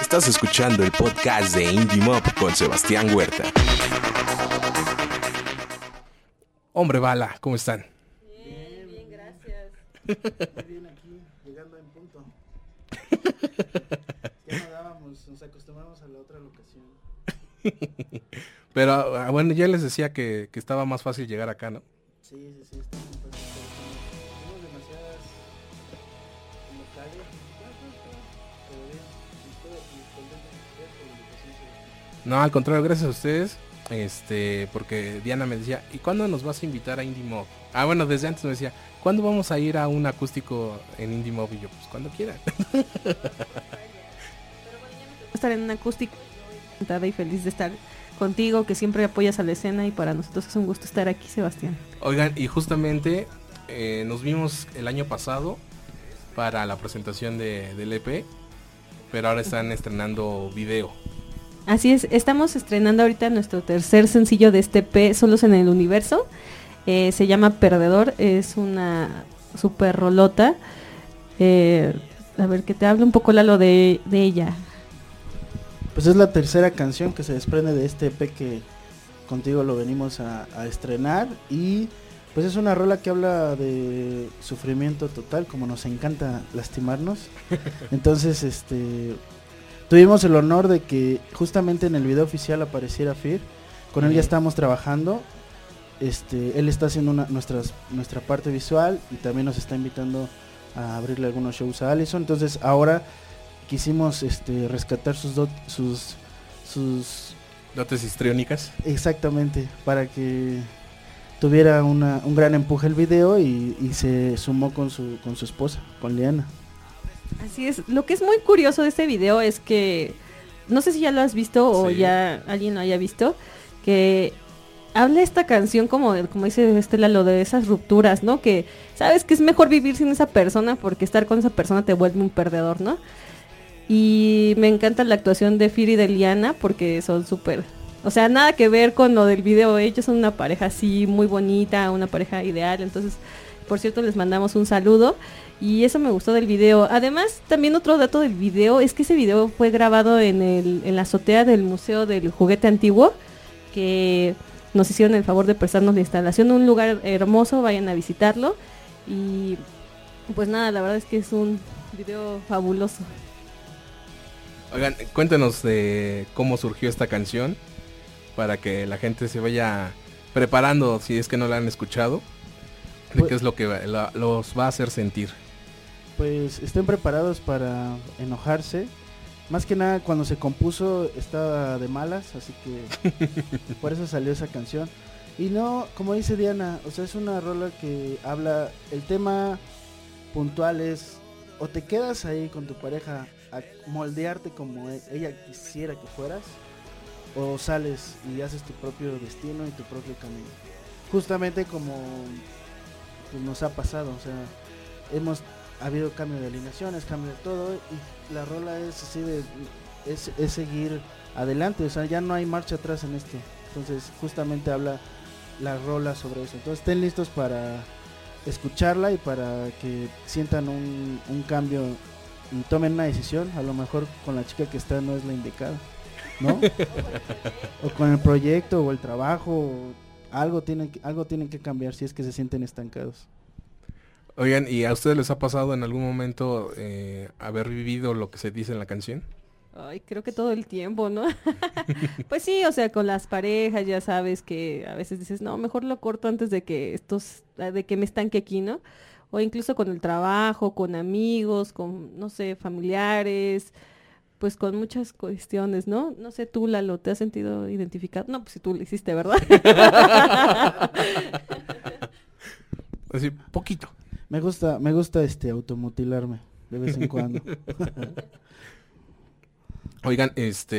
Estás escuchando el podcast de Indie Mob con Sebastián Huerta. Hombre bala, ¿cómo están? Bien, gracias. Muy bien aquí, llegando en punto. Ya no dábamos, nos acostumbramos a la otra locación. Pero bueno, ya les decía que estaba más fácil llegar acá, ¿no? Sí, está muy fácil. Tenemos demasiadas locales, pero bien, y contento por la invitación, Sebastián. No, al contrario, gracias a ustedes. Porque Diana me decía, ¿y cuándo nos vas a invitar a Indie Mob? Ah, bueno, desde antes me decía, ¿cuándo vamos a ir a un acústico en Indie Mob? Y yo, pues cuando quieran. Pero bueno, ya me tocó estar en un acústico. Encantada y feliz de estar contigo, que siempre apoyas a la escena, y para nosotros es un gusto estar aquí, Sebastián. Oigan, y justamente nos vimos el año pasado para la presentación del EP, pero ahora están estrenando video. Así es, estamos estrenando ahorita nuestro tercer sencillo de este EP, Solos en el Universo. Se llama Perdedor, es una super rolota. A ver, que te hable un poco, Lalo, de ella. Pues es la tercera canción que se desprende de este EP que contigo lo venimos a estrenar, y pues es una rola que habla de sufrimiento total, como nos encanta lastimarnos. Entonces tuvimos el honor de que justamente en el video oficial apareciera Fir. Con él ya estamos trabajando. Él está haciendo nuestra parte visual, y también nos está invitando a abrirle algunos shows a Allison. Entonces ahora quisimos rescatar sus Dotes histriónicas. exactamente, para que tuviera un gran empuje el video, y se sumó con su esposa, con Liana. Así es, lo que es muy curioso de este video es que, no sé si ya lo has visto o Sí. ya alguien lo haya visto, que habla esta canción como dice Lalo, de esas rupturas, ¿no? Que sabes que es mejor vivir sin esa persona porque estar con esa persona te vuelve un perdedor, ¿no? Y me encanta la actuación de Fir y de Liana porque son súper, o sea, nada que ver con lo del video. Ellos son una pareja así muy bonita, una pareja ideal. Entonces, por cierto, les mandamos un saludo. Y eso me gustó del video. Además, también otro dato del video es que ese video fue grabado en la azotea del Museo del Juguete Antiguo, que nos hicieron el favor de prestarnos la instalación. Un lugar hermoso, vayan a visitarlo. Y pues nada, la verdad es que es un video fabuloso. Oigan, cuéntenos de cómo surgió esta canción para que la gente se vaya preparando, si es que no la han escuchado, de qué es lo que los va a hacer sentir. Pues estén preparados para enojarse. Más que nada, cuando se compuso estaba de malas, así que por eso salió esa canción. Y no, como dice Diana, o sea, es una rola que habla, el tema puntual es, o te quedas ahí con tu pareja a moldearte como ella quisiera que fueras, o sales y haces tu propio destino y tu propio camino. Justamente como pues, nos ha pasado, o sea, ha habido cambio de alineaciones, cambio de todo, y la rola es así es seguir adelante, o sea, ya no hay marcha atrás en esto. Entonces justamente habla la rola sobre eso. Entonces estén listos para escucharla y para que sientan un cambio y tomen una decisión. A lo mejor con la chica que está no es la indicada, ¿no? O con el proyecto o el trabajo, o algo tienen que cambiar si es que se sienten estancados. Oigan, ¿y a ustedes les ha pasado en algún momento haber vivido lo que se dice en la canción? Ay, creo que todo el tiempo, ¿no? Pues sí, o sea, con las parejas ya sabes que a veces dices, no, mejor lo corto antes de que me estanque aquí, ¿no? O incluso con el trabajo, con amigos, con, no sé, familiares, pues con muchas cuestiones, ¿no? No sé, tú, Lalo, ¿te has sentido identificado? No, pues si tú lo hiciste, ¿verdad? Así, poquito. Me gusta automutilarme de vez en cuando. Oigan,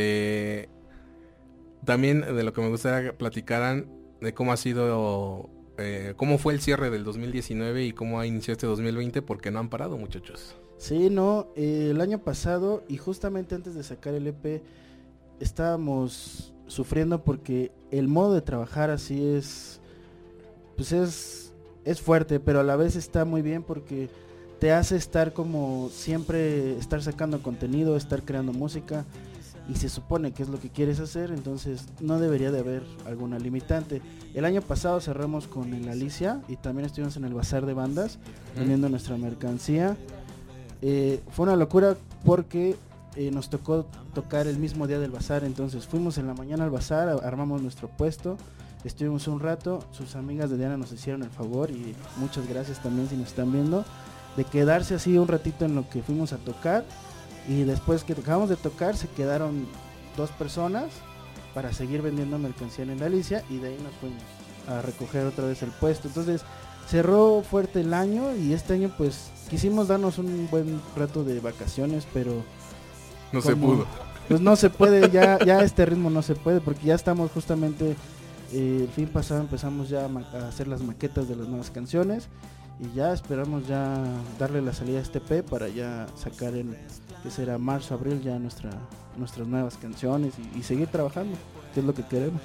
también de lo que me gustaría que platicaran de cómo ha sido, cómo fue el cierre del 2019 y cómo ha iniciado este 2020, porque no han parado, muchachos. Sí, no, el año pasado y justamente antes de sacar el EP estábamos sufriendo porque el modo de trabajar así es fuerte, pero a la vez está muy bien porque te hace estar como siempre, estar sacando contenido, estar creando música, y se supone que es lo que quieres hacer, entonces no debería de haber alguna limitante. El año pasado cerramos con el Alicia y también estuvimos en el bazar de bandas vendiendo nuestra mercancía. Fue una locura porque nos tocó tocar el mismo día del bazar, entonces fuimos en la mañana al bazar, armamos nuestro puesto, estuvimos un rato, sus amigas de Diana nos hicieron el favor, y muchas gracias también si nos están viendo, de quedarse así un ratito en lo que fuimos a tocar. Y después que acabamos de tocar se quedaron 2 personas para seguir vendiendo mercancía en la Alicia, y de ahí nos fuimos a recoger otra vez el puesto. Entonces cerró fuerte el año, y este año pues quisimos darnos un buen rato de vacaciones, pero no se pudo. Pues no se puede, ya este ritmo no se puede, porque ya estamos justamente, el fin pasado empezamos ya a hacer las maquetas de las nuevas canciones, y ya esperamos ya darle la salida a este EP para ya sacar en, que será marzo, abril, ya nuestras nuevas canciones, y seguir trabajando, que es lo que queremos.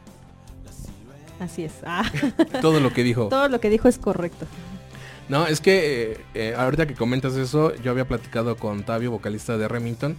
Así es. Todo lo que dijo. Todo lo que dijo es correcto. No, es que ahorita que comentas eso, yo había platicado con Tavio, vocalista de Remington,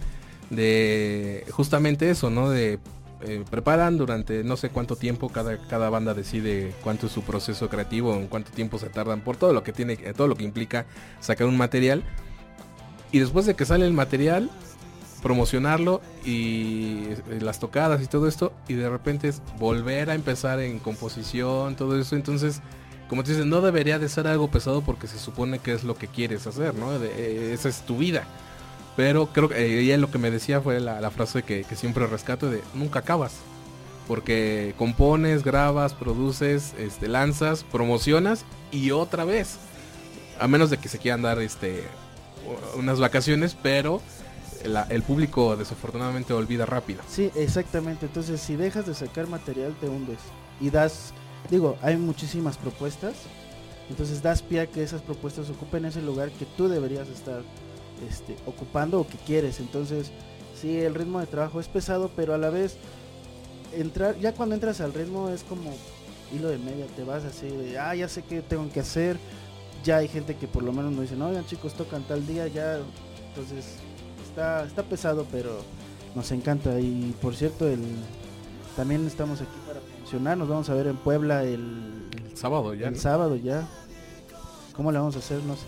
de justamente eso, ¿no? De preparan durante no sé cuánto tiempo, cada banda decide cuánto es su proceso creativo, en cuánto tiempo se tardan por todo lo que tiene, todo lo que implica sacar un material, y después de que sale el material, promocionarlo y las tocadas y todo esto, y de repente es volver a empezar en composición, todo eso. Entonces, como te dices, no debería de ser algo pesado porque se supone que es lo que quieres hacer, ¿no? Esa es tu vida. Pero creo que ella lo que me decía fue la frase que siempre rescato, de nunca acabas. Porque compones, grabas, produces, lanzas, promocionas y otra vez. A menos de que se quieran dar unas vacaciones, pero el público desafortunadamente olvida rápido. Sí, exactamente. Entonces, si dejas de sacar material, te hundes. Y hay muchísimas propuestas. Entonces das pie a que esas propuestas ocupen ese lugar que tú deberías estar ocupando o que quieres. Entonces, sí, el ritmo de trabajo es pesado, pero a la vez ya cuando entras al ritmo es como hilo de media, te vas así de, ya sé qué tengo que hacer. Ya hay gente que por lo menos nos dicen, oigan chicos, tocan tal día, ya. Entonces está pesado, pero nos encanta. Y por cierto, también estamos aquí para promocionar, nos vamos a ver en Puebla el sábado ya. El sábado ya. ¿Cómo le vamos a hacer? No sé.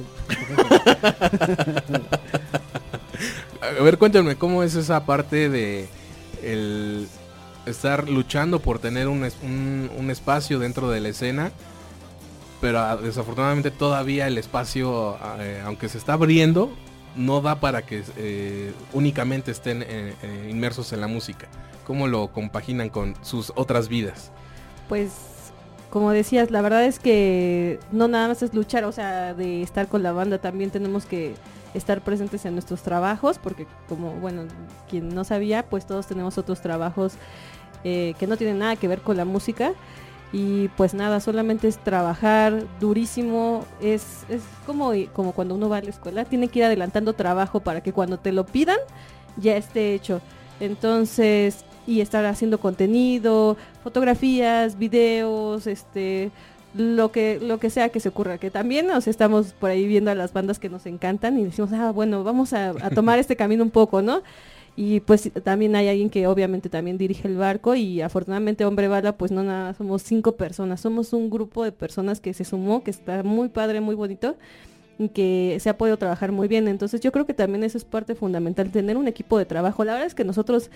A ver, cuéntame, ¿cómo es esa parte de el estar luchando por tener un espacio dentro de la escena? Pero desafortunadamente todavía el espacio, aunque se está abriendo, no da para que únicamente estén inmersos en la música. ¿Cómo lo compaginan con sus otras vidas? Pues, como decías, la verdad es que no nada más es luchar, o sea, de estar con la banda, también tenemos que estar presentes en nuestros trabajos, porque como, bueno, quien no sabía, pues todos tenemos otros trabajos que no tienen nada que ver con la música. Y pues nada, solamente es trabajar durísimo, es como cuando uno va a la escuela, tiene que ir adelantando trabajo para que cuando te lo pidan ya esté hecho. Entonces, y estar haciendo contenido, fotografías, videos, lo que sea que se ocurra, que también nos estamos por ahí viendo a las bandas que nos encantan y decimos, bueno, vamos a tomar este camino un poco, ¿no? Y pues también hay alguien que obviamente también dirige el barco, y afortunadamente Hombre Bala pues no nada, somos 5 personas, somos un grupo de personas que se sumó, que está muy padre, muy bonito, y que se ha podido trabajar muy bien. Entonces yo creo que también eso es parte fundamental, tener un equipo de trabajo. La verdad es que nosotros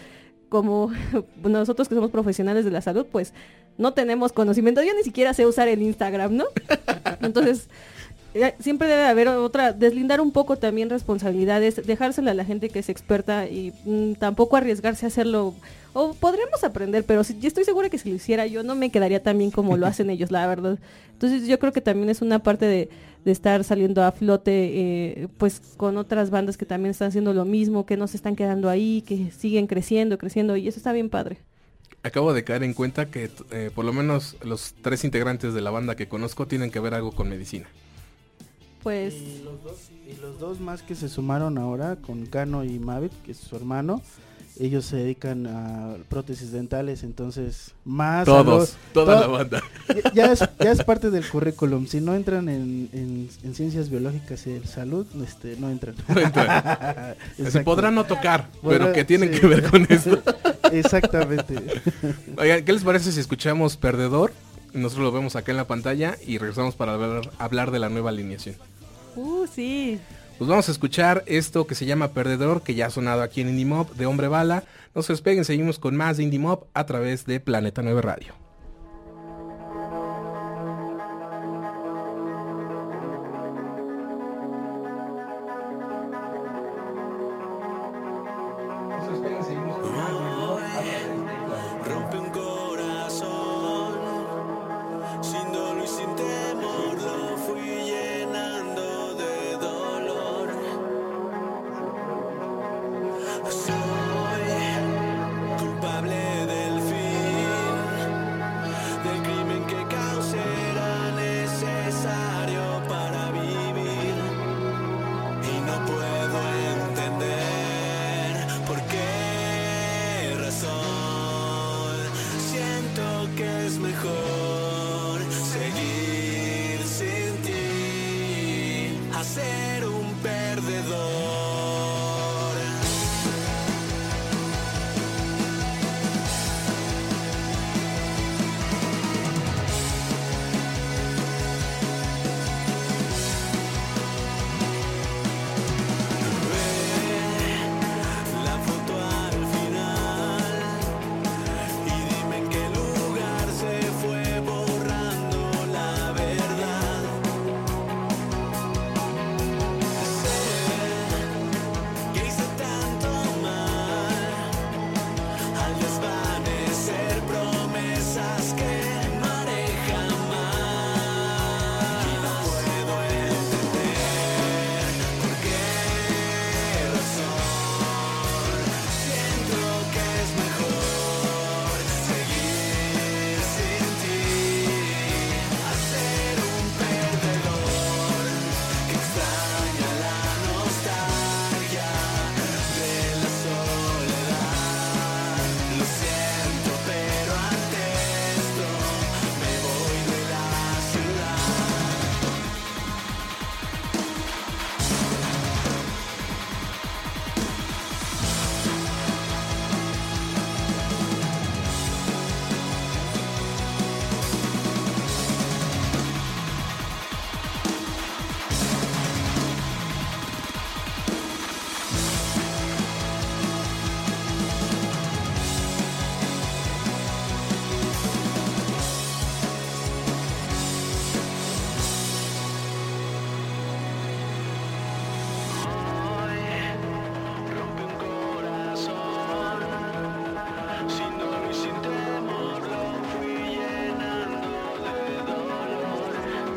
que somos profesionales de la salud, pues no tenemos conocimiento, yo ni siquiera sé usar el Instagram, ¿no? Entonces siempre debe haber deslindar un poco también responsabilidades, dejársela a la gente que es experta y tampoco arriesgarse a hacerlo, o podríamos aprender, pero yo estoy segura que si lo hiciera yo no me quedaría tan bien como lo hacen ellos, la verdad. Entonces yo creo que también es una parte de estar saliendo a flote pues con otras bandas que también están haciendo lo mismo, que no se están quedando ahí, que siguen creciendo, y eso está bien padre. Acabo de caer en cuenta que por lo menos los 3 integrantes de la banda que conozco tienen que ver algo con medicina. Pues y los dos más que se sumaron ahora con Cano y Mavit, que es su hermano, Ellos se dedican a prótesis dentales, entonces más... Toda toda- la banda. Ya es parte del currículum. Si no entran en ciencias biológicas y salud, no entran. No entran. Se Exacto. podrán no tocar, pero Podrá- que tienen sí. que ver con esto. Exactamente. Oigan, ¿qué les parece si escuchamos Perdedor? Nosotros lo vemos acá en la pantalla y regresamos para hablar de la nueva alineación. Sí. Pues vamos a escuchar esto que se llama Perdedor, que ya ha sonado aquí en Indie Mob, de Hombre Bala. No se despeguen, seguimos con más de Indie Mob a través de Planeta 9 Radio. Rompe un corazón, sin dolor y sin temor, lo fui llenando de dolor. Soy culpable del fin, del crimen que causé era necesario para vivir. Y no puedo entender por qué razón siento que es mejor seguir sin ti, a ser un perdedor. La foto al final y dime en qué lugar se fue borrando la verdad. Sé que hice tanto mal al desvanecer promesas que no haré jamás. Y no puedo entender por qué razón siento que es mejor seguir sin ti, a ser un perdedor que extraña la nostalgia de la soledad. Lo siento, pero ante esto me voy de la ciudad. Rompe un corazón, sin dolor y sin temor, lo fui llenando de dolor.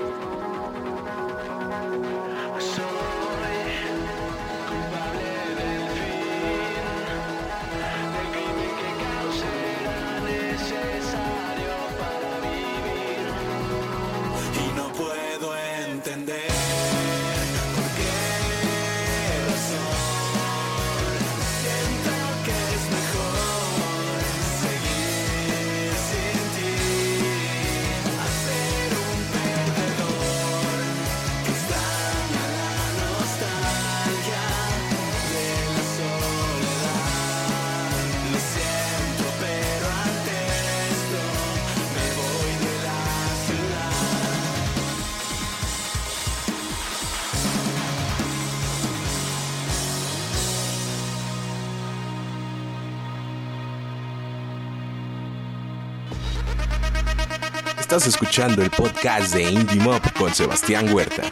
Soy culpable del fin, del crimen que causé era necesario para vivir. Y no puedo entender por qué razón siento que es mejor seguir sin ti, a ser un perdedor que extraña la nostalgia de la soledad. Lo siento, pero ante esto me voy de la ciudad. Estás escuchando el podcast de Indie Mob con Sebastián Huerta.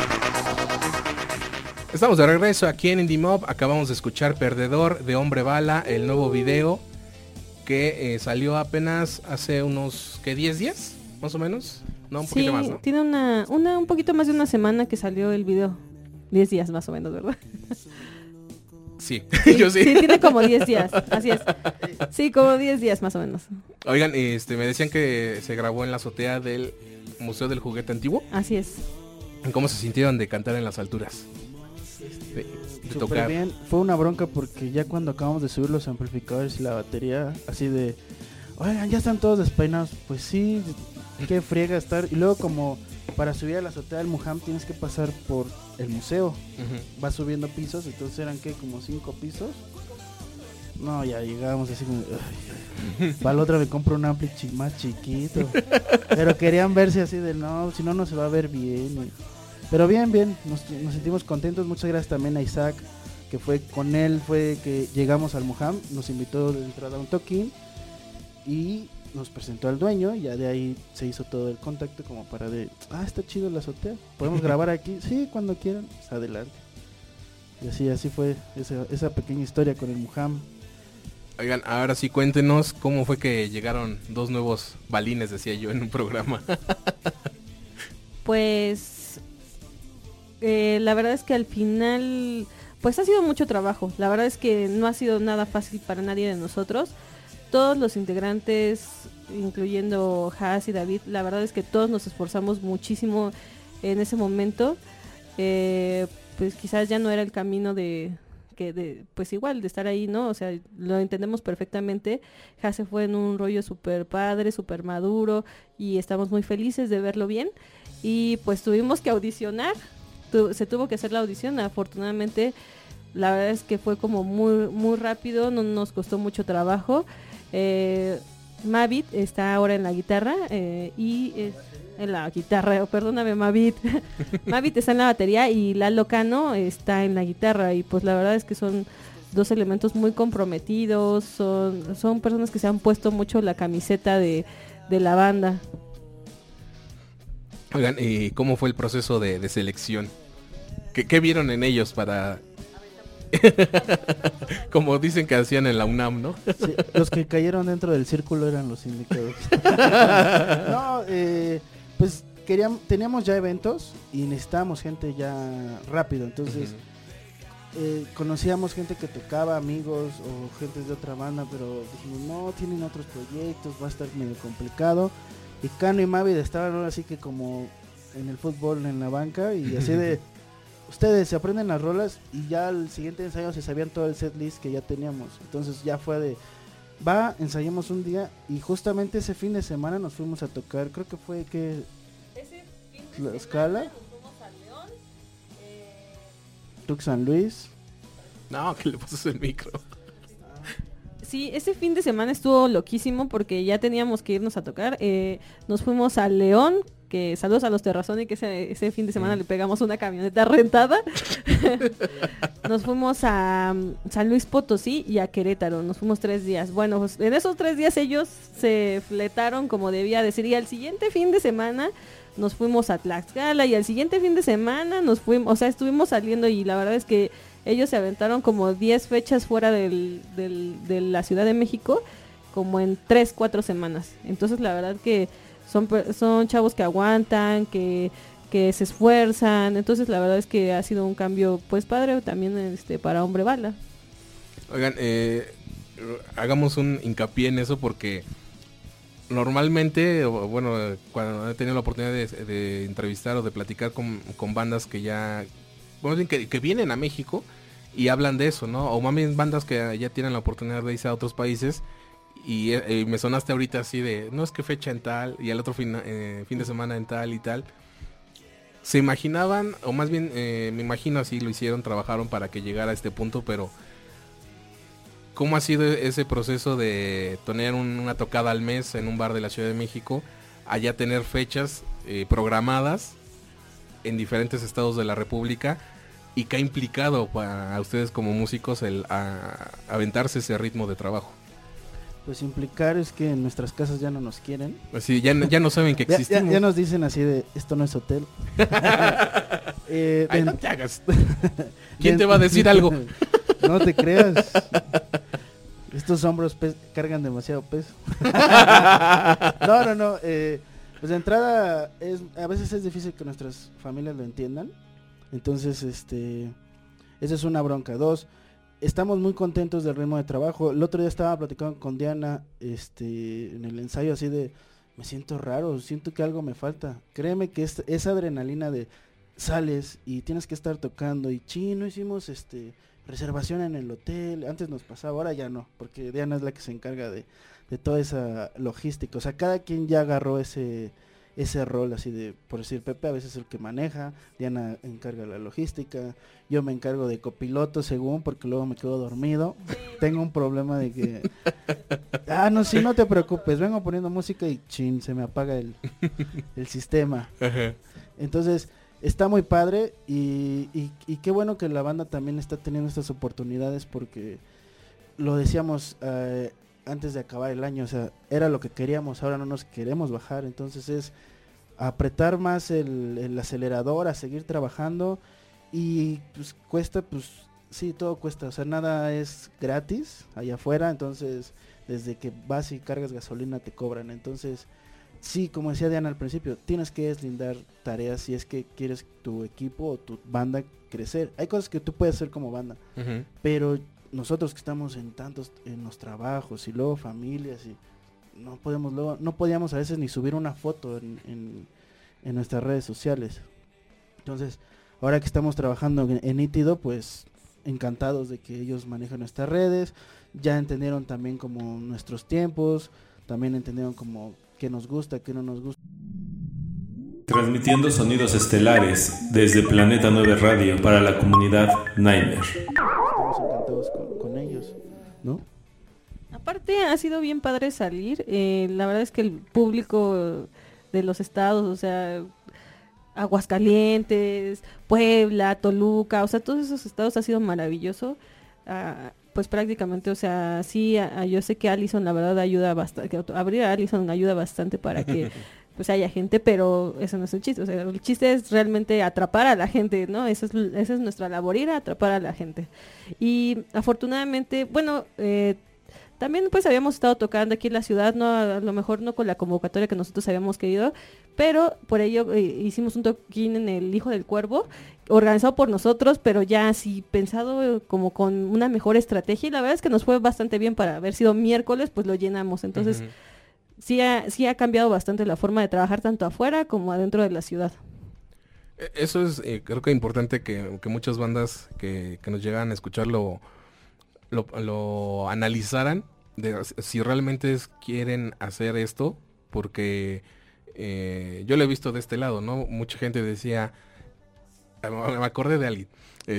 Estamos de regreso aquí en Indie Mob. Acabamos de escuchar Perdedor de Hombre Bala, el nuevo video que salió apenas hace unos, ¿qué? ¿10 días? Más o menos. No, un poquito más, ¿no? Tiene un poquito más de una semana que salió el video. 10 días más o menos, ¿verdad? Sí, Sí, yo sí. sí, tiene como 10 días, así es. Sí, como 10 días más o menos. Oigan, me decían que se grabó en la azotea del Museo del Juguete Antiguo. Así es. ¿Cómo se sintieron de cantar en las alturas? Súper tocar. bien. Fue una bronca porque ya cuando acabamos de subir los amplificadores y la batería, así de, oigan, ya están todos despeinados. Pues sí, qué friega estar. Y luego como para subir a la azotea del Mujam tienes que pasar por el museo. Ujú. Vas subiendo pisos, entonces eran que como 5 pisos. No, ya llegábamos así como, para la otra me compro un ampli más chiquito. Pero querían verse así de, no, si no, no se va a ver bien. Pero bien, nos sentimos contentos. Muchas gracias también a Isaac, que fue con él, fue que llegamos al Mujam, nos invitó de entrada a un toquín y nos presentó al dueño. Y ya de ahí se hizo todo el contacto como para de, está chido la azotea, podemos grabar aquí, sí, cuando quieran, pues adelante. Y así fue esa pequeña historia con el Mujam. Oigan, ahora sí cuéntenos cómo fue que llegaron 2 nuevos balines, decía yo en un programa. Pues la verdad es que al final pues ha sido mucho trabajo. La verdad es que no ha sido nada fácil para nadie de nosotros. Todos los integrantes, incluyendo Haas y David, la verdad es que todos nos esforzamos muchísimo en ese momento. Pues quizás ya no era el camino pues igual de estar ahí, ¿no? O sea, lo entendemos perfectamente. Haas se fue en un rollo súper padre, súper maduro, y estamos muy felices de verlo bien. Y pues tuvimos que audicionar, se tuvo que hacer la audición. Afortunadamente la verdad es que fue como muy rápido, no nos costó mucho trabajo. Mavit está ahora en la guitarra en la guitarra, perdóname Mavit. Mavit está en la batería y Lalo Cano está en la guitarra, y pues la verdad es que son 2 elementos muy comprometidos, son personas que se han puesto mucho la camiseta de la banda. Oigan, ¿y cómo fue el proceso de selección? ¿Qué vieron en ellos para...? Como dicen que hacían en la UNAM, ¿no? Sí, los que cayeron dentro del círculo eran los indicados. No, pues teníamos ya eventos y necesitábamos gente ya rápido, entonces conocíamos gente que tocaba, amigos o gente de otra banda, pero dijimos, no, tienen otros proyectos, va a estar medio complicado. Y Cano y Mavid estaban ahora así que como en el fútbol en la banca, y así de, ustedes se aprenden las rolas, y ya al siguiente ensayo se sabían todo el set list que ya teníamos. Entonces ya fue de, ensayamos un día, y justamente ese fin de semana nos fuimos a tocar, creo que fue que la Escala, nos fuimos a León, Tux San Luis. No, que le pasas el micro. Sí, ese fin de semana estuvo loquísimo porque ya teníamos que irnos a tocar. Nos fuimos a León, que saludos a los Terrazoni, que ese fin de semana le pegamos una camioneta rentada. Nos fuimos a San Luis Potosí y a Querétaro. Nos fuimos 3 días. Bueno, pues en esos 3 días ellos se fletaron como debía decir. Y al siguiente fin de semana nos fuimos a Tlaxcala, y al siguiente fin de semana nos fuimos, o sea, estuvimos saliendo, y la verdad es que ellos se aventaron como 10 fechas fuera de la Ciudad de México, como en 3-4 semanas. Entonces la verdad que son chavos que aguantan, que se esfuerzan. Entonces la verdad es que ha sido un cambio pues padre también para Hombre Bala. Oigan, hagamos un hincapié en eso porque normalmente, bueno, cuando he tenido la oportunidad de entrevistar o de platicar con bandas que ya, bueno, que vienen a México y hablan de eso, ¿no? O más bien bandas que ya tienen la oportunidad de irse a otros países, y me sonaste ahorita así de, no, es que fecha en tal, y al otro fin de semana en tal y tal. Se imaginaban, o más bien me imagino así lo hicieron, trabajaron para que llegara a este punto, pero ¿cómo ha sido ese proceso de tener una tocada al mes en un bar de la Ciudad de México, allá tener fechas programadas en diferentes estados de la República, y qué ha implicado para ustedes como músicos el aventarse ese ritmo de trabajo? Pues implicar es que en nuestras casas ya no nos quieren. Así, ya no saben que existimos. Ya nos dicen así de, esto no es hotel. Ay, no te hagas. ¿Quién te va a decir algo? No te creas. Estos hombros cargan demasiado peso. No. Pues de entrada, a veces es difícil que nuestras familias lo entiendan. Entonces, esa es una bronca. 2, estamos muy contentos del ritmo de trabajo. El otro día estaba platicando con Diana, en el ensayo, así de, me siento raro, siento que algo me falta. Créeme que esa adrenalina de sales y tienes que estar tocando y no hicimos reservación en el hotel, antes nos pasaba, ahora ya no, porque Diana es la que se encarga de toda esa logística, o sea, cada quien ya agarró ese rol así de, por decir, Pepe a veces es el que maneja, Diana encarga la logística, yo me encargo de copiloto según, porque luego me quedo dormido, tengo un problema de que, no, sí, no te preocupes, vengo poniendo música y se me apaga el sistema. Entonces, está muy padre y qué bueno que la banda también está teniendo estas oportunidades, porque lo decíamos antes de acabar el año, o sea, era lo que queríamos, ahora no nos queremos bajar, entonces es apretar más el acelerador, a seguir trabajando y pues cuesta, pues sí, todo cuesta, o sea, nada es gratis allá afuera, entonces desde que vas y cargas gasolina te cobran, entonces sí, como decía Diana al principio, tienes que deslindar tareas si es que quieres tu equipo o tu banda crecer. Hay cosas que tú puedes hacer como banda, pero nosotros que estamos en los trabajos y luego familias y no podíamos a veces ni subir una foto en nuestras redes sociales. Entonces, ahora que estamos trabajando en Nítido, pues encantados de que ellos manejan nuestras redes, ya entendieron también como nuestros tiempos, también entendieron como qué nos gusta, qué no nos gusta. Transmitiendo sonidos estelares desde Planeta 9 Radio para la comunidad Niner. Estamos encantados con ellos, ¿no? Aparte ha sido bien padre salir, la verdad es que el público de los estados, o sea, Aguascalientes, Puebla, Toluca, o sea, todos esos estados ha sido maravilloso, pues prácticamente, o sea, sí, yo sé que Allison la verdad ayuda bastante, que abrir a Allison ayuda bastante para que pues haya gente, pero eso no es el chiste, o sea, el chiste es realmente atrapar a la gente, ¿no? Esa es nuestra labor, ir a atrapar a la gente. Y afortunadamente, bueno, también pues habíamos estado tocando aquí en la ciudad, no a lo mejor no con la convocatoria que nosotros habíamos querido, pero por ello hicimos un toquín en el Hijo del Cuervo, organizado por nosotros, pero ya así pensado como con una mejor estrategia, y la verdad es que nos fue bastante bien. Para haber sido miércoles, pues lo llenamos, entonces sí ha cambiado bastante la forma de trabajar tanto afuera como adentro de la ciudad. Eso es, creo que importante que muchas bandas que nos llegan a escuchar lo analizaran, de si realmente quieren hacer esto, porque yo lo he visto de este lado, ¿no? Mucha gente decía, me acordé de alguien,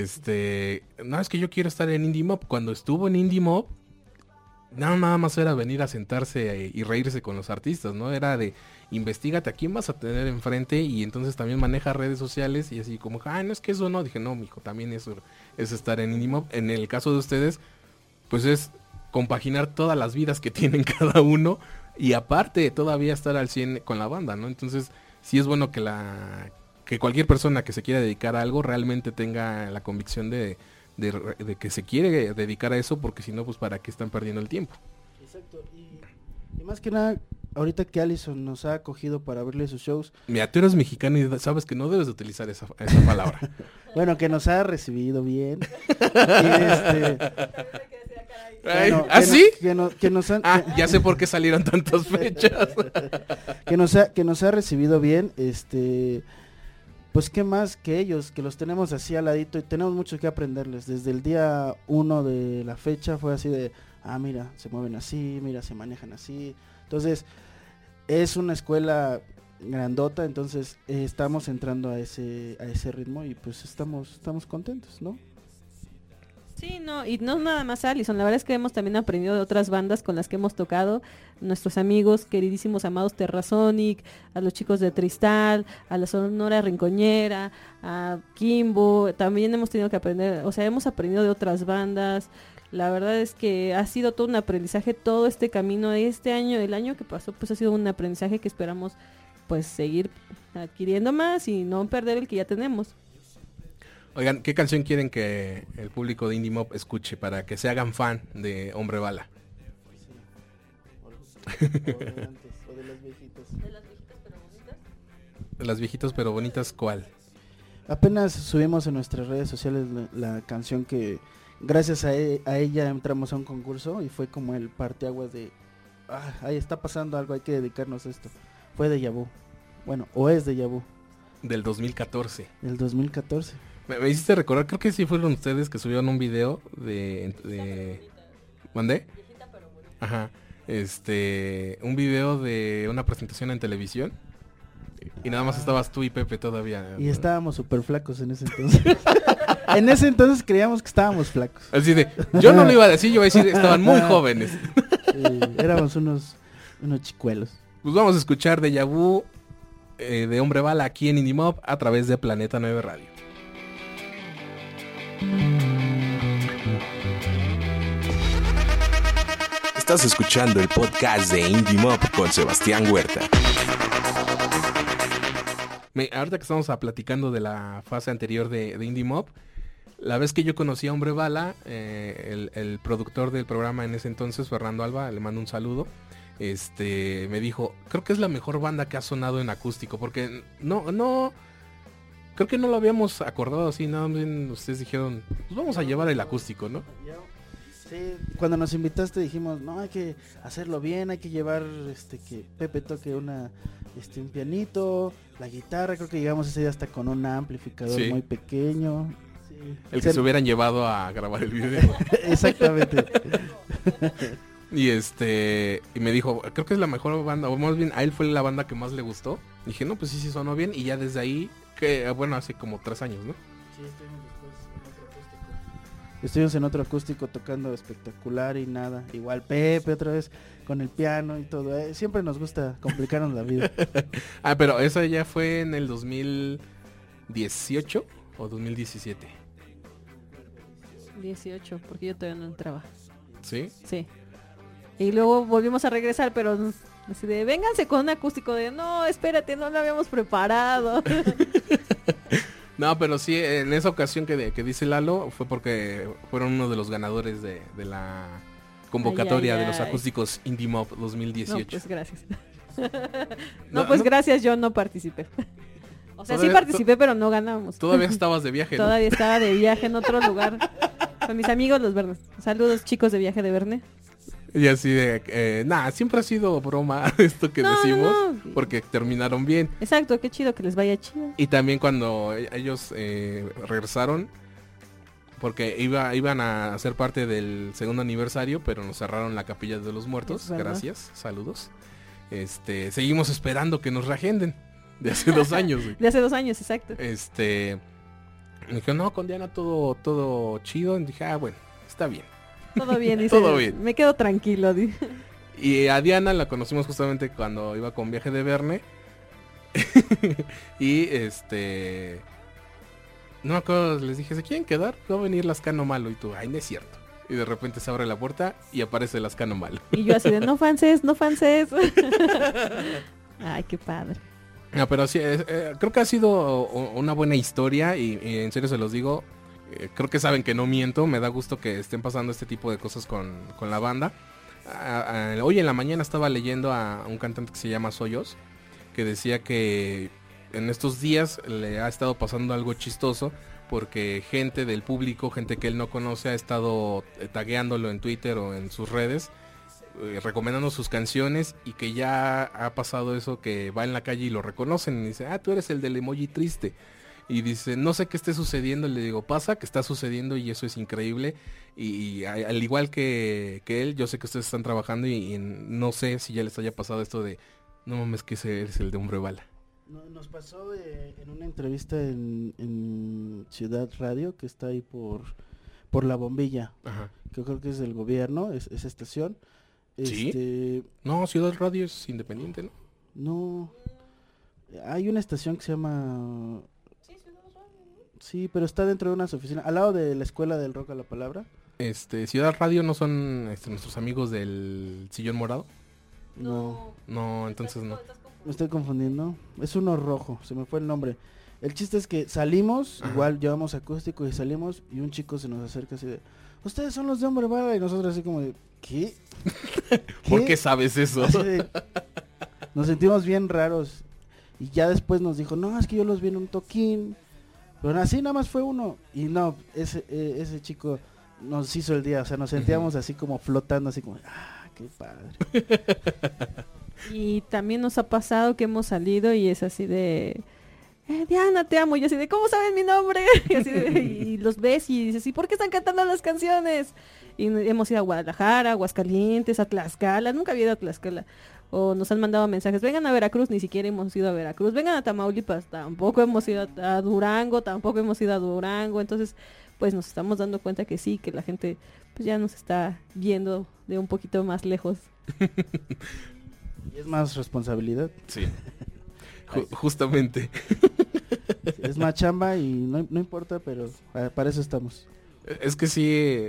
no, es que yo quiero estar en Indie Mob. Cuando estuvo en Indie Mob, nada más era venir a sentarse y reírse con los artistas, ¿no? Era de, investígate a quién vas a tener enfrente, y entonces también maneja redes sociales, y así como, no, es que eso no. Dije, no, mijo, también eso es estar en Indie Mob. En el caso de ustedes, pues es compaginar todas las vidas que tienen cada uno, y aparte todavía estar al 100 con la banda, ¿no? Entonces sí es bueno que cualquier persona que se quiera dedicar a algo realmente tenga la convicción de que se quiere dedicar a eso, porque si no, pues para qué están perdiendo el tiempo. Exacto, y más que nada, ahorita que Allison nos ha acogido para verle sus shows. Mira, tú eres mexicano y sabes que no debes de utilizar esa palabra. Bueno, que nos ha recibido bien. Bueno, ¿ah, sí? Ya sé por qué salieron tantas fechas. que nos ha recibido bien, pues qué más que ellos, que los tenemos así al ladito y tenemos mucho que aprenderles. Desde el día 1 de la fecha fue así de, mira, se mueven así, mira, se manejan así. Entonces, es una escuela grandota, entonces estamos entrando a ese ritmo y pues estamos contentos, ¿no? Sí, no, y no nada más Allison, la verdad es que hemos también aprendido de otras bandas con las que hemos tocado, nuestros amigos queridísimos amados Terrasonic, a los chicos de Tristal, a la Sonora Rincoñera, a Kimbo, también hemos tenido que aprender, o sea, hemos aprendido de otras bandas. La verdad es que ha sido todo un aprendizaje, todo este camino de este año, el año que pasó, pues ha sido un aprendizaje que esperamos pues seguir adquiriendo más y no perder el que ya tenemos. Oigan, ¿qué canción quieren que el público de Indie Mob escuche para que se hagan fan de Hombre Bala? O de las viejitas. ¿De las viejitas pero bonitas? De las viejitas pero bonitas, ¿cuál? Apenas subimos en nuestras redes sociales la canción que gracias a ella entramos a un concurso y fue como el parteaguas de ahí está pasando algo, hay que dedicarnos a esto. Fue Deja Vu. Bueno, o es Deja Vu. Del 2014. El 2014. Me hiciste recordar, creo que sí fueron ustedes que subieron un video de... ¿Mandé? Ajá. Un video de una presentación en televisión. Y nada más estabas tú y Pepe todavía. Y estábamos súper flacos en ese entonces. En ese entonces creíamos que estábamos flacos. Así de, yo no lo iba a decir, yo iba a decir, estaban muy jóvenes. Éramos unos chicuelos. Pues vamos a escuchar Deja Vu de Hombre Bala aquí en Indie Mob a través de Planeta 9 Radio. Estás escuchando el podcast de Indie Mob con Sebastián Huerta. Ahorita que estamos platicando de la fase anterior de Indie Mob, la vez que yo conocí a Hombre Bala, el productor del programa en ese entonces, Fernando Alba, le mando un saludo, me dijo, creo que es la mejor banda que ha sonado en acústico, porque no, creo que no lo habíamos acordado así, nada más ustedes dijeron, pues vamos a llevar el acústico, ¿no? Sí, cuando nos invitaste dijimos, no, hay que hacerlo bien, hay que llevar que Pepe toque un pianito, la guitarra, creo que llegamos ese día hasta con un amplificador muy pequeño. Sí. El que se hubieran llevado a grabar el video. Exactamente. Y me dijo, creo que es la mejor banda, o más bien a él fue la banda que más le gustó. Dije, no, pues sí sonó bien, y ya desde ahí, hace como 3 años, ¿no? Sí, estuvimos en otro acústico tocando espectacular y nada. Igual Pepe otra vez con el piano y todo. Siempre nos gusta complicarnos la vida. Pero eso ya fue en el 2018 o 2017. 18, porque yo todavía no entraba. ¿Sí? Sí. Y luego volvimos a regresar, pero así de, vénganse con un acústico de, no, espérate, no lo habíamos preparado. No, pero sí, en esa ocasión que dice Lalo, fue porque fueron uno de los ganadores de la convocatoria de los acústicos Indie Mob 2018. No, pues gracias. Gracias, yo no participé. O sea, sí participé, pero no ganamos. Todavía estabas de viaje, ¿no? Todavía estaba de viaje en otro lugar. Con mis amigos los Vernes. Saludos, chicos de Viaje de Verne. Y así de, siempre ha sido broma esto que decimos, porque terminaron bien. Exacto, qué chido que les vaya chido. Y también cuando ellos regresaron, porque iban a ser parte del segundo aniversario, pero nos cerraron la Capilla de los Muertos. Gracias, saludos. Seguimos esperando que nos reagenden. De hace 2 años. De hace 2 años, exacto. Me dijeron, no, con Diana todo chido. Y dije, bueno, está bien. Todo bien, dice. Todo bien. Me quedo tranquilo. Y a Diana la conocimos justamente cuando iba con Viaje de Verne. Y no me acuerdo, les dije, ¿se quieren quedar? Va a venir Lascano Malo. Y tú, ay, no es cierto. Y de repente se abre la puerta y aparece Lascano Malo. Y yo así de, no fanses. Ay, qué padre. No, pero sí, creo que ha sido una buena historia y en serio se los digo, creo que saben que no miento, me da gusto que estén pasando este tipo de cosas con la banda. Hoy en la mañana estaba leyendo a un cantante que se llama Soyos, que decía que en estos días le ha estado pasando algo chistoso, porque gente del público, gente que él no conoce, ha estado tagueándolo en Twitter o en sus redes, recomendando sus canciones, y que ya ha pasado eso, que va en la calle y lo reconocen y dice, tú eres el del emoji triste, y dice, no sé qué esté sucediendo. Le digo, pasa que está sucediendo y eso es increíble, y al igual que él, yo sé que ustedes están trabajando y no sé si ya les haya pasado esto de, no mames, que ese eres el de Hombre Bala. Nos pasó en una entrevista en Ciudad Radio, que está ahí por La Bombilla. Ajá. Que creo que es del gobierno, esa estación. ¿Sí? No, Ciudad Radio es independiente, ¿no? No, hay una estación que se llama... Sí, pero está dentro de unas oficinas, al lado de la Escuela del Rock a la Palabra. Ciudad Radio no son nuestros amigos del Sillón Morado. No, entonces no. Me estoy confundiendo. Es uno rojo, se me fue el nombre. El chiste es que salimos, igual llevamos acústico y salimos, y un chico se nos acerca así de, ustedes son los de Hombre Bala, y nosotros así como de, ¿qué? ¿Por qué sabes eso? Nos sentimos bien raros, y ya después nos dijo, no, es que yo los vi en un toquín, pero así nada más fue uno, y no, ese chico nos hizo el día, o sea, nos sentíamos así como flotando, así como, qué padre. Y también nos ha pasado que hemos salido y es así de, Diana, te amo. Y yo así de, ¿cómo saben mi nombre? Y, así y los ves y dices, ¿y por qué están cantando las canciones? Y hemos ido a Guadalajara, Aguascalientes, a Tlaxcala. Nunca había ido a Tlaxcala. O nos han mandado mensajes, vengan a Veracruz, ni siquiera hemos ido a Veracruz. Vengan a Tamaulipas, tampoco hemos ido a Durango, tampoco hemos ido a Durango. Entonces, pues nos estamos dando cuenta que sí, que la gente pues ya nos está viendo de un poquito más lejos. Y es más responsabilidad, Sí. Justamente. es más chamba y no importa, pero para eso estamos. Es que sí.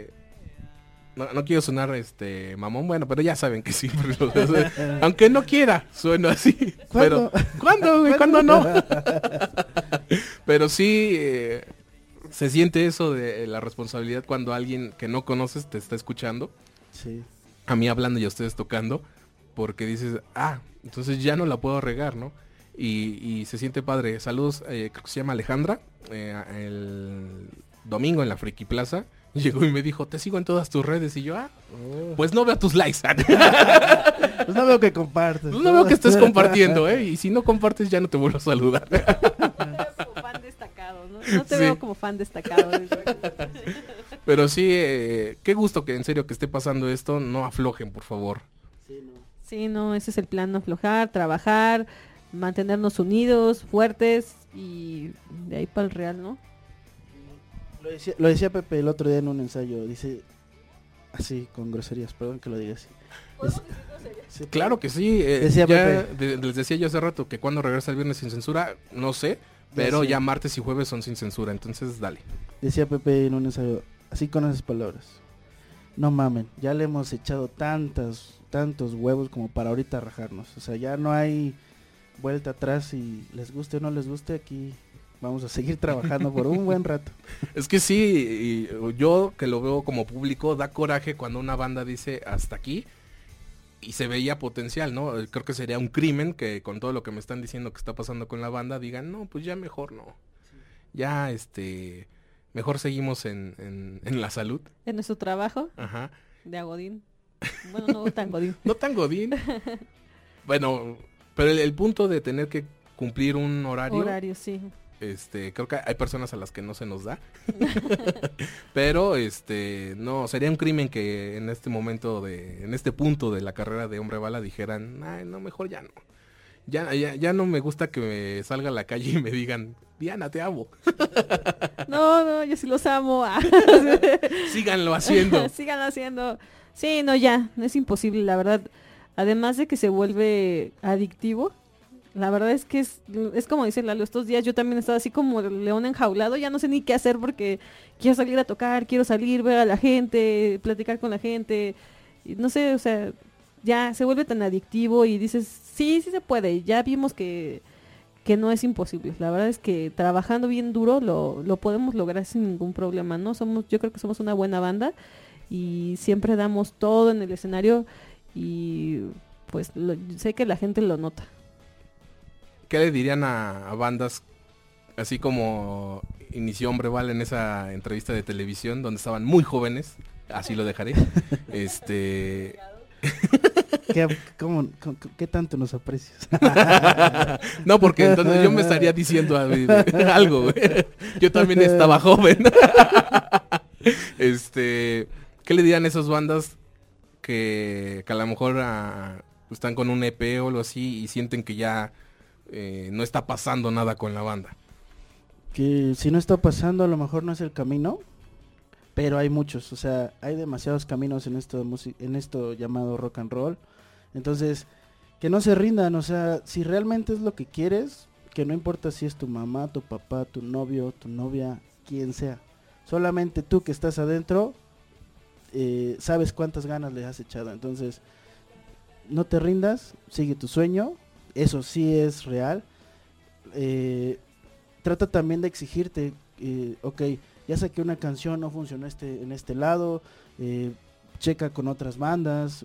No quiero sonar mamón, bueno, pero ya saben que sí. Aunque no quiera, sueno así. ¿Cuándo? Pero, ¿cuándo, güey? ¿Cuándo no? Pero sí se siente eso de la responsabilidad cuando alguien que no conoces te está escuchando. Sí. A mí hablando y a ustedes tocando. Porque dices, entonces ya no la puedo regar, ¿no? Y se siente padre. Saludos, creo que se llama Alejandra. El domingo en la Friki Plaza. Llegó y me dijo, te sigo en todas tus redes. Y yo, pues no veo tus likes. Pues no veo que compartes. Pues no veo que estés compartiendo, ¿eh? Y si no compartes ya no te vuelvo a saludar. Como fan destacado, ¿no? No te veo como fan destacado. Pero sí, qué gusto que en serio que esté pasando esto. No aflojen, por favor. Sí, no, ese es el plan, no aflojar, trabajar, mantenernos unidos, fuertes y de ahí para el real, ¿no? Lo decía Pepe el otro día en un ensayo, dice así, con groserías, perdón que lo diga así. Sí, Claro que sí. Decía ya Pepe. les decía yo hace rato que cuando regresa el viernes sin censura, no sé, pero sé. ya martes y jueves son sin censura, entonces dale. Decía Pepe en un ensayo, así con esas palabras. No mamen, ya le hemos echado tantos huevos como para ahorita rajarnos. O sea, ya no hay vuelta atrás y les guste o no les guste, aquí vamos a seguir trabajando por un buen rato. Es que sí, y yo que lo veo como público, da coraje cuando una banda dice hasta aquí y se veía potencial, ¿no? Creo que sería un crimen que con todo lo que me están diciendo que está pasando con la banda digan, no, pues ya mejor no. Ya, mejor seguimos en la salud. En nuestro trabajo Ajá. de Agodín. Bueno, no tan Godín. No tan godín. Bueno, pero el punto de tener que cumplir un horario, Sí. creo que hay personas a las que no se nos da. Pero no, sería un crimen que en este momento en este punto de la carrera de Hombre Bala dijeran, ay, no, mejor ya no. Ya no me gusta que me salga a la calle y me digan, Diana, te amo. No, yo sí los amo. Síganlo haciendo. Síganlo haciendo. Sí, no, ya, es imposible, la verdad. Además de que se vuelve adictivo, la verdad es que es como dice Lalo, estos días yo también he estado así como león enjaulado, ya no sé ni qué hacer porque quiero salir a tocar, quiero salir, ver a la gente, platicar con la gente, y no sé, o sea, ya se vuelve tan adictivo y dices, sí se puede, ya vimos que no es imposible. La verdad es que trabajando bien duro lo podemos lograr sin ningún problema, ¿no? Yo creo que somos una buena banda y siempre damos todo en el escenario y pues sé que la gente lo nota. ¿Qué le dirían a bandas así como inició Hombre Bala en esa entrevista de televisión donde estaban muy jóvenes? Así lo dejaré. ¿Qué tanto nos aprecias? No, porque entonces yo me estaría diciendo algo, güey. Yo también estaba joven. ¿Qué le dirían a esas bandas que a lo mejor están con un EP o algo así y sienten que ya no está pasando nada con la banda? Que si no está pasando, a lo mejor no es el camino, pero hay muchos, o sea, hay demasiados caminos en esto llamado rock and roll. Entonces, que no se rindan, o sea, si realmente es lo que quieres, que no importa si es tu mamá, tu papá, tu novio, tu novia, quien sea, solamente tú que estás adentro, sabes cuántas ganas le has echado. Entonces, no te rindas, sigue tu sueño, eso sí es real. Trata también de exigirte, ok, ya saqué una canción, no funcionó en este lado, checa con otras bandas,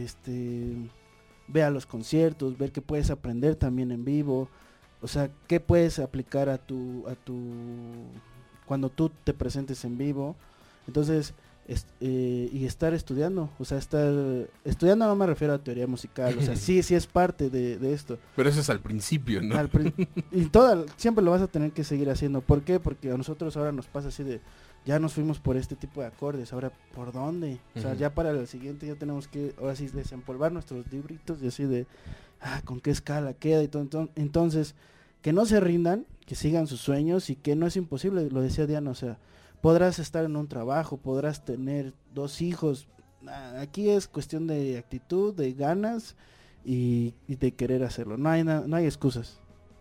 ve a los conciertos, ver qué puedes aprender también en vivo, o sea, qué puedes aplicar a tu cuando tú te presentes en vivo. Entonces, y estar estudiando. O sea, estar estudiando, no me refiero a teoría musical, o sea, sí es parte de esto. Pero eso es al principio, ¿no? Y siempre lo vas a tener que seguir haciendo. ¿Por qué? Porque a nosotros ahora nos pasa así de, ya nos fuimos por este tipo de acordes, ahora ¿por dónde? O sea, ya para el siguiente ya tenemos que, ahora sí, desempolvar nuestros libritos y así de, ¿con qué escala queda? Y todo, entonces, que no se rindan, que sigan sus sueños y que no es imposible, lo decía Diana, o sea, podrás estar en un trabajo, podrás tener 2 hijos, aquí es cuestión de actitud, de ganas y de querer hacerlo, no hay excusas.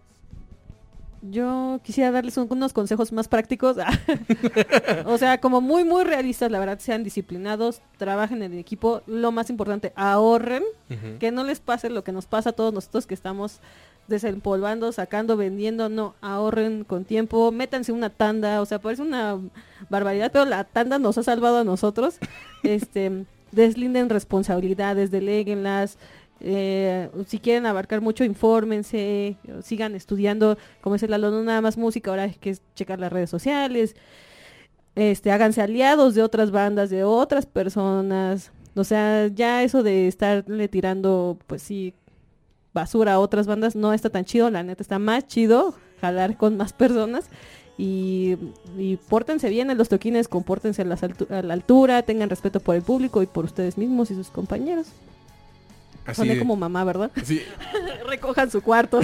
Yo quisiera darles unos consejos más prácticos. O sea, como muy, muy realistas, la verdad, sean disciplinados, trabajen en equipo. Lo más importante, ahorren, que no les pase lo que nos pasa a todos nosotros que estamos desempolvando, sacando, vendiendo. No, ahorren con tiempo, métanse una tanda. O sea, parece una barbaridad, pero la tanda nos ha salvado a nosotros. Deslinden responsabilidades, deléguenlas. Si quieren abarcar mucho, infórmense, sigan estudiando, como dice Lalo, no nada más música, ahora hay que checar las redes sociales, háganse aliados de otras bandas, de otras personas, o sea, ya eso de estarle tirando, pues sí, basura a otras bandas no está tan chido, la neta está más chido jalar con más personas. Y pórtense bien en los toquines, compórtense a la altura, tengan respeto por el público y por ustedes mismos y sus compañeros. Soné como mamá, ¿verdad? Sí. Recojan su cuarto.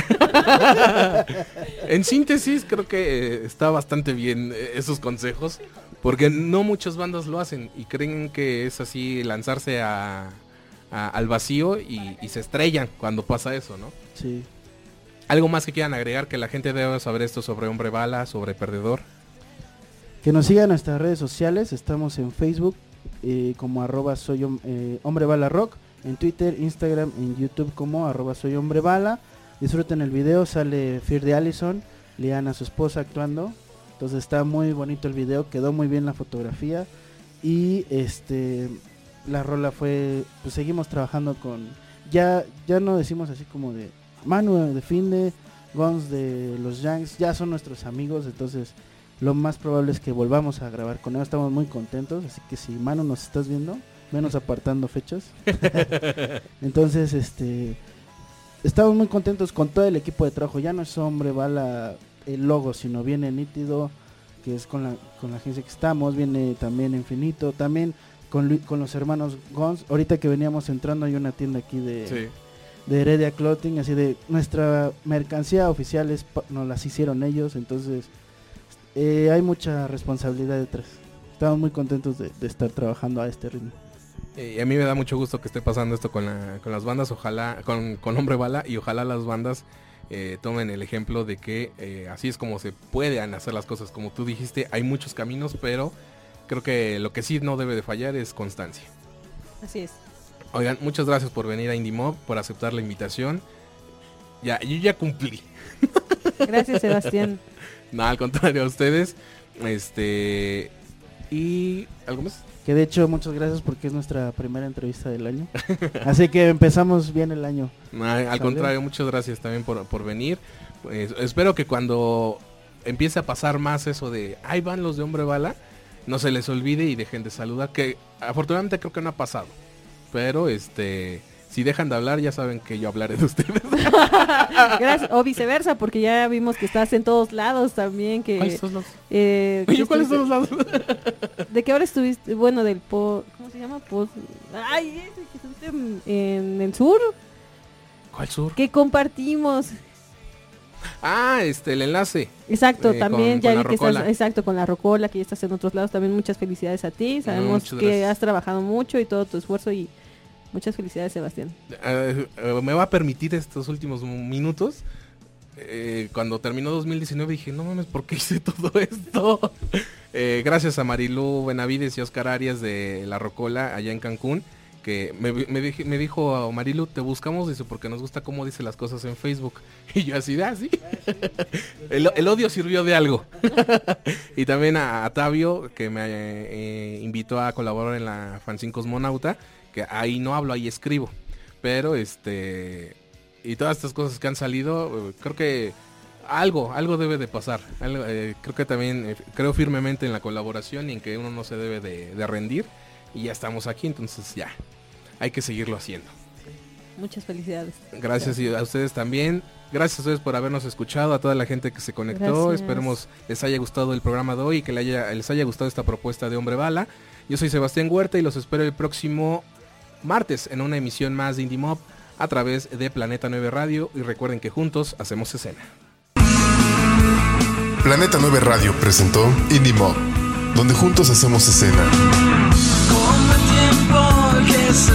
En síntesis, creo que está bastante bien esos consejos, porque no muchas bandas lo hacen y creen que es así lanzarse al vacío y se estrellan cuando pasa eso, ¿no? Sí. ¿Algo más que quieran agregar que la gente deba saber esto sobre Hombre Bala, sobre Perdedor? Que nos sigan en nuestras redes sociales, estamos en Facebook como @soyhombrebalarock. En Twitter, Instagram, en YouTube como @soyhombrebala. Disfruten el video, sale Fear de Allison, Liana, su esposa, actuando. Entonces está muy bonito el video, quedó muy bien la fotografía. Y la rola fue, pues seguimos trabajando con, ya no decimos así como de Manu de Finde, Guns de los Yanks, ya son nuestros amigos, entonces lo más probable es que volvamos a grabar con ellos, estamos muy contentos, así que si Manu nos estás viendo, menos apartando fechas. Entonces, estamos muy contentos con todo el equipo de trabajo. Ya no es Hombre Bala el logo, sino viene nítido, que es con la agencia que estamos, viene también Infinito, también con los hermanos Guns. Ahorita que veníamos entrando hay una tienda aquí de Heredia Clothing, así de nuestra mercancía oficial nos las hicieron ellos, entonces hay mucha responsabilidad detrás. Estamos muy contentos de estar trabajando a este ritmo. Y a mí me da mucho gusto que esté pasando esto con las bandas, ojalá, con Hombre Bala, y ojalá las bandas tomen el ejemplo de que así es como se pueden hacer las cosas. Como tú dijiste, hay muchos caminos, pero creo que lo que sí no debe de fallar es constancia. Así es. Oigan, muchas gracias por venir a Indie Mob, por aceptar la invitación. Yo ya cumplí. Gracias, Sebastián. No, al contrario, a ustedes. ¿Y algo más? Que de hecho muchas gracias porque es nuestra primera entrevista del año. Así que empezamos bien el año. No, al contrario, muchas gracias también por venir. Pues, espero que cuando empiece a pasar más eso de ahí van los de Hombre Bala, no se les olvide y dejen de saludar, que afortunadamente creo que no ha pasado. Pero si dejan de hablar, ya saben que yo hablaré de ustedes. Gracias. O viceversa, porque ya vimos que estás en todos lados también. ¿Cuáles son los? ¿Cuáles son los lados? ¿De qué hora estuviste? Bueno, ¿cómo se llama? Ay, ese que estuviste en el sur. ¿Cuál sur? Que compartimos. Ah, el enlace. Exacto, también ya vi que Rocola. estás, exacto, con la Rocola, que ya estás en otros lados. También muchas felicidades a ti. Sabemos que has trabajado mucho y todo tu esfuerzo y muchas felicidades, Sebastián. Me va a permitir estos últimos minutos. Cuando terminó 2019 dije, no mames, ¿por qué hice todo esto? Gracias a Marilú Benavides y Oscar Arias de La Rocola allá en Cancún, que me dijo Marilú, te buscamos, dice, porque nos gusta cómo dice las cosas en Facebook. Y yo así, sí. El odio sirvió de algo. Y también a Tavio, que me invitó a colaborar en la fanzine Cosmonauta, que ahí no hablo, ahí escribo. Pero y todas estas cosas que han salido, creo que algo debe de pasar. Creo que también, creo firmemente en la colaboración y en que uno no se debe de rendir. Y ya estamos aquí, entonces ya, hay que seguirlo haciendo. Muchas felicidades. Gracias y a ustedes también. Gracias a ustedes por habernos escuchado, a toda la gente que se conectó. Gracias. Esperemos les haya gustado el programa de hoy y que les haya gustado esta propuesta de Hombre Bala. Yo soy Sebastián Huerta y los espero el próximo martes en una emisión más de Indie Mob a través de Planeta 9 Radio. Y recuerden que juntos hacemos escena. Planeta 9 Radio presentó Indie Mob, donde juntos hacemos escena. Como el tiempo que